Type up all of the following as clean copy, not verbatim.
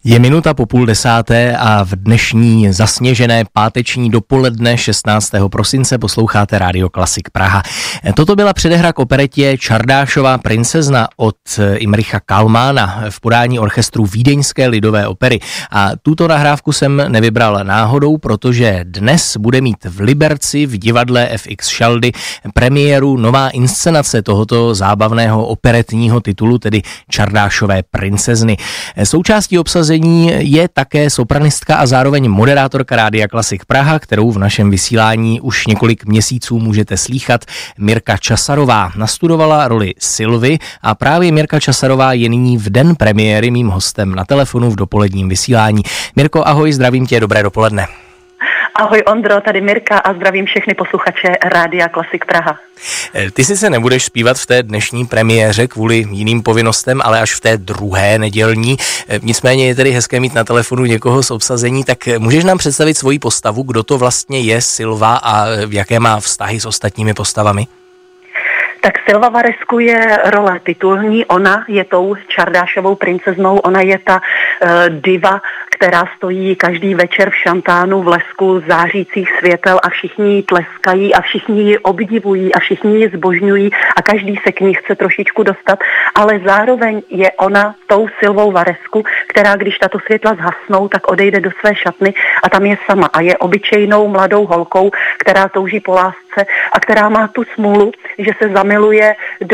Je minuta po 9:30 a v dnešní zasněžené páteční dopoledne 16. prosince posloucháte Rádio Klasik Praha. Toto byla předehra k operetě Čardášova princezna od Imricha Kalmána v podání orchestru Vídeňské lidové opery. A tuto nahrávku jsem nevybral náhodou, protože dnes bude mít v Liberci v divadle FX Šaldy premiéru nová inscenace tohoto zábavného operetního titulu, tedy Čardášové princezny. Součástí obsazení je také sopranistka a zároveň moderátorka Rádia Klasik Praha, kterou v našem vysílání už několik měsíců můžete slýchat, Mirka Časarová. Nastudovala roli Sylvy a právě Mirka Časarová je nyní v den premiéry mým hostem na telefonu v dopoledním vysílání. Mirko, ahoj, zdravím tě, dobré dopoledne. Ahoj Ondro, tady Mirka a zdravím všechny posluchače Rádia Klasik Praha. Ty sice nebudeš zpívat v té dnešní premiéře kvůli jiným povinnostem, ale až v té druhé nedělní. Nicméně je tedy hezké mít na telefonu někoho z obsazení, tak můžeš nám představit svoji postavu, kdo to vlastně je Sylva a jaké má vztahy s ostatními postavami? Tak Sylva Varesku je role titulní, ona je tou Čardášovou princeznou, ona je ta diva, která stojí každý večer v šantánu v lesku zářících světel a všichni jí tleskají a všichni ji obdivují a všichni ji zbožňují a každý se k ní chce trošičku dostat, ale zároveň je ona tou Sylvou Varesku, která když tato světla zhasnou, tak odejde do své šatny a tam je sama a je obyčejnou mladou holkou, která touží po lásce a která má tu smůlu, že se zamiluje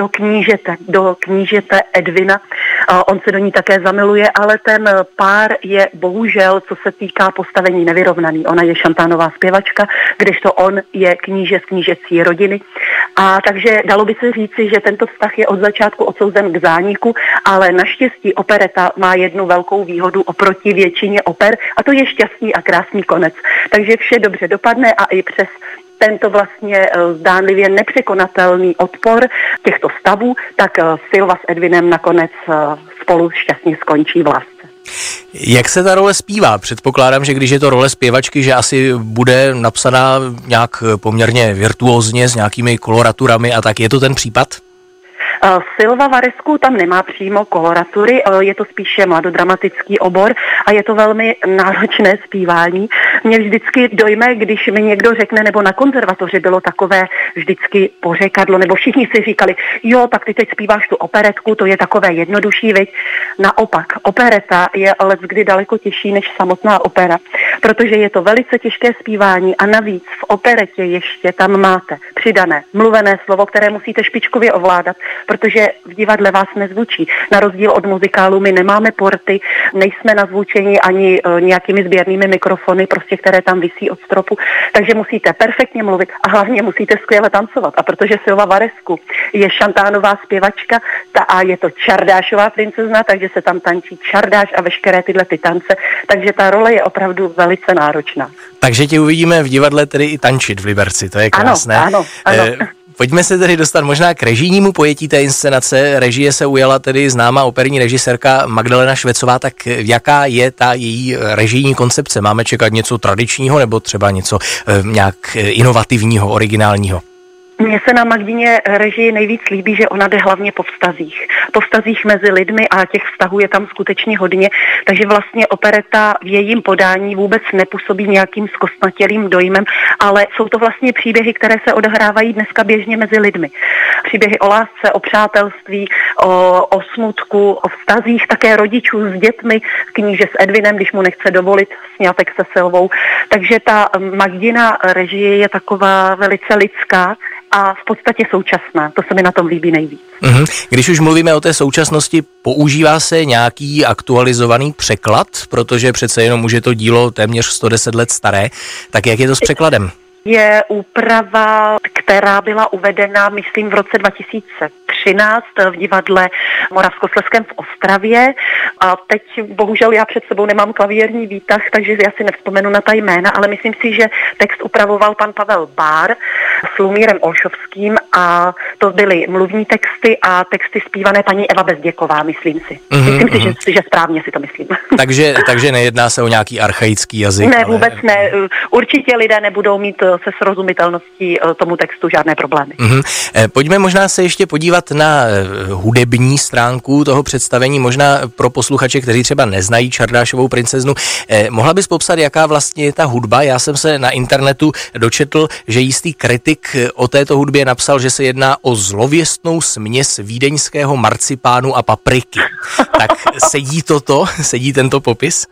do knížete Edvina. On se do ní také zamiluje, ale ten pár je bohužel, co se týká postavení, nevyrovnaný. Ona je šantánová zpěvačka, kdežto on je kníže z knížecí rodiny. A takže dalo by se říci, že tento vztah je od začátku odsouzen k zániku, ale naštěstí opereta má jednu velkou výhodu oproti většině oper a to je šťastný a krásný konec. Takže vše dobře dopadne a i přes tento vlastně zdánlivě nepřekonatelný odpor těchto stavů, tak Sylva s Edvinem nakonec spolu šťastně skončí v lásce. Jak se ta role zpívá? Předpokládám, že když je to role zpěvačky, že asi bude napsaná nějak poměrně virtuózně s nějakými koloraturami a tak. Je to ten případ? Sylva Varesku tam nemá přímo koloratury, je to spíše mladodramatický obor a je to velmi náročné zpívání. Mě vždycky dojme, když mi někdo řekne, nebo na konzervatoři bylo takové vždycky pořekadlo, nebo všichni si říkali, jo, tak ty teď zpíváš tu operetku, to je takové jednodušší, viď? Naopak, opereta je leckdy daleko těžší než samotná opera, protože je to velice těžké zpívání a navíc v operetě ještě tam máte přidané mluvené slovo, které musíte špičkově ovládat, protože v divadle vás nezvučí. Na rozdíl od muzikálu my nemáme porty, nejsme nazvučeni ani nějakými sběrnými mikrofony, prostě které tam visí od stropu, takže musíte perfektně mluvit a hlavně musíte skvěle tancovat. A protože Sylva Varesku je šantánová zpěvačka a je to Čardášová princezna, takže se tam tančí čardáš a veškeré tyhle ty tance, takže ta role je opravdu velice náročná. Takže tě uvidíme v divadle tedy i tančit v Liberci, to je krásné. Ano. Pojďme se tedy dostat možná k režijnímu pojetí té inscenace. Režie se ujala tedy známá operní režisérka Magdalena Švecová, tak jaká je ta její režijní koncepce? Máme čekat něco tradičního nebo třeba něco nějak inovativního, originálního? Mně se na Magdině režii nejvíc líbí, že ona jde hlavně po vztazích. Po vztazích mezi lidmi a těch vztahů je tam skutečně hodně, takže vlastně opereta v jejím podání vůbec nepůsobí nějakým zkostnatělým dojmem, ale jsou to vlastně příběhy, které se odehrávají dneska běžně mezi lidmi. Příběhy o lásce, o přátelství, o smutku, o vztazích také rodičů s dětmi, kníže s Edvinem, když mu nechce dovolit sňatek se Sylvou. Takže ta Magdina režie je taková velice lidská a v podstatě současná. To se mi na tom líbí nejvíc. Když už mluvíme o té současnosti, používá se nějaký aktualizovaný překlad, protože přece jenom už je to dílo téměř 110 let staré, tak jak je to s překladem? Je úprava, která byla uvedena, myslím, v roce 2013 v divadle Moravskoslezském v Ostravě. A teď bohužel já před sebou nemám klavírní výtah, takže já si nevzpomenu na ta jména, ale myslím si, že text upravoval pan Pavel Bár. s Lumírem Olšovským a to byly mluvní texty a texty zpívané paní Eva Bezděková, myslím si. Myslím si, že správně si to myslím. Takže nejedná se o nějaký archaický jazyk. Ne, vůbec ne. Určitě lidé nebudou mít se srozumitelností tomu textu žádné problémy. Pojďme možná se ještě podívat na hudební stránku toho představení, možná pro posluchače, kteří třeba neznají Čardášovou princeznu. Mohla bys popsat, jaká vlastně je ta hudba? Já jsem se na internetu dočetl, že jistý kritik o této hudbě napsal, že se jedná o zlověstnou směs vídeňského marcipánu a papriky. Tak sedí tento popis?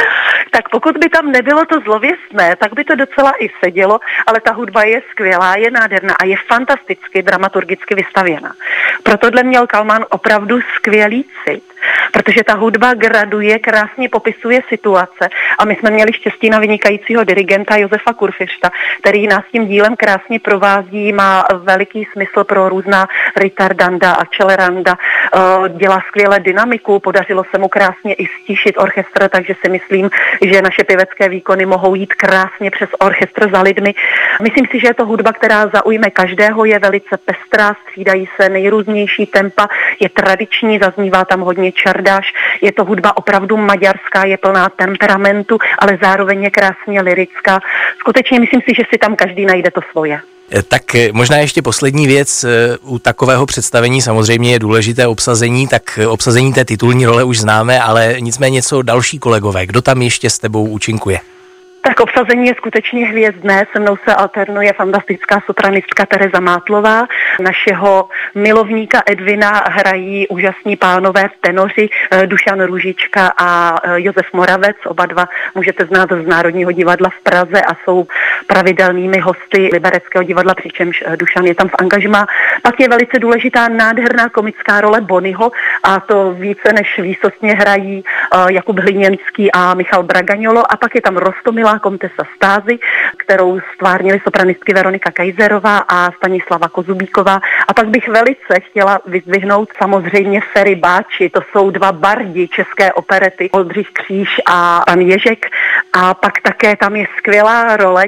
Tak pokud by tam nebylo to zlověstné, tak by to docela i sedělo, ale ta hudba je skvělá, je nádherná a je fantasticky dramaturgicky vystavěna. Proto dle měl Kalman opravdu skvělý cit, protože ta hudba graduje, krásně popisuje situace a my jsme měli štěstí na vynikajícího dirigenta Josefa Kurfiřta, který nás tím dílem krásně provází, má veliký smysl pro různá ritardanda a celeranda, dělá skvěle dynamiku, podařilo se mu krásně i stíšit orchestr, takže si myslím, že naše pěvecké výkony mohou jít krásně přes orchestr za lidmi. Myslím si, že je to hudba, která zaujme každého, je velice pestrá, střídají se nejrůznější tempa, je tradiční, zaznívá tam hodně čardáš, je to hudba opravdu maďarská, je plná temperamentu, ale zároveň je krásně lyrická. Skutečně myslím si, že si tam každý najde to svoje. Tak možná ještě poslední věc, u takového představení samozřejmě je důležité obsazení, tak obsazení té titulní role už známe, ale nicméně co další kolegové, kdo tam ještě s tebou účinkuje? Tak obsazení je skutečně hvězdné, se mnou se alternuje fantastická sopranistka Tereza Mátlová, našeho milovníka Edvina hrají úžasní pánové tenoři Dušan Růžička a Josef Moravec, oba dva můžete znát z Národního divadla v Praze a jsou pravidelnými hosty Libereckého divadla, přičemž Dušan je tam v angažmá. Pak je velice důležitá nádherná komická role Bonyho a to více než výsostně hrají Jakub Hliněnský a Michal Bragaňolo a pak je tam Roztomilá komtesa Stázy, kterou stvárnili sopranistky Veronika Kajzerová a Stanislava Kozubíková. A pak bych velice chtěla vyzdvihnout samozřejmě Ferry Báči, to jsou dva bardi české operety, Oldřich Kříž a pan Ježek. A pak také tam je skvělá role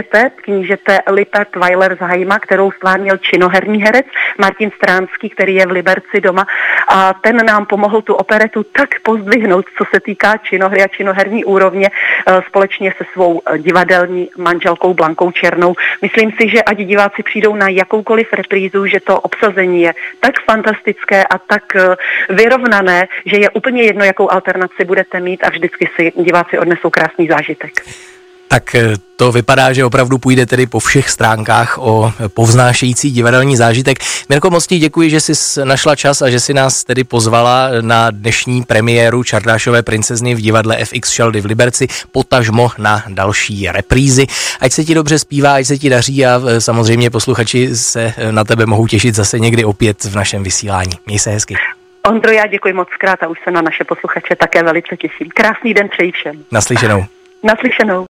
knížete Lippert Weiler z Hajma, kterou stvárnil činoherní herec Martin Stránský, který je v Liberci doma. A ten nám pomohl tu operetu tak pozdvihnout, co se týká činohry a činoherní úrovně, společně se svou divadelní manželkou Blankou Černou. Myslím si, že ať diváci přijdou na jakoukoliv reprízu, že to obsazení je tak fantastické a tak vyrovnané, že je úplně jedno, jakou alternaci budete mít a vždycky si diváci odnesou krásný zážitek. Tak to vypadá, že opravdu půjde tedy po všech stránkách o povznášející divadelní zážitek. Mirko, moc ti děkuji, že jsi našla čas a že jsi nás tedy pozvala na dnešní premiéru Čardášové princezny v divadle FX Šaldy v Liberci, potažmo na další reprízy. Ať se ti dobře zpívá, ať se ti daří a samozřejmě posluchači se na tebe mohou těšit zase někdy opět v našem vysílání. Měj se hezky. Ondro, já děkuji moc krát a už se na naše posluchače také velice těším. Krásný den přeji všem. Naslyšenou. Naslyšenou.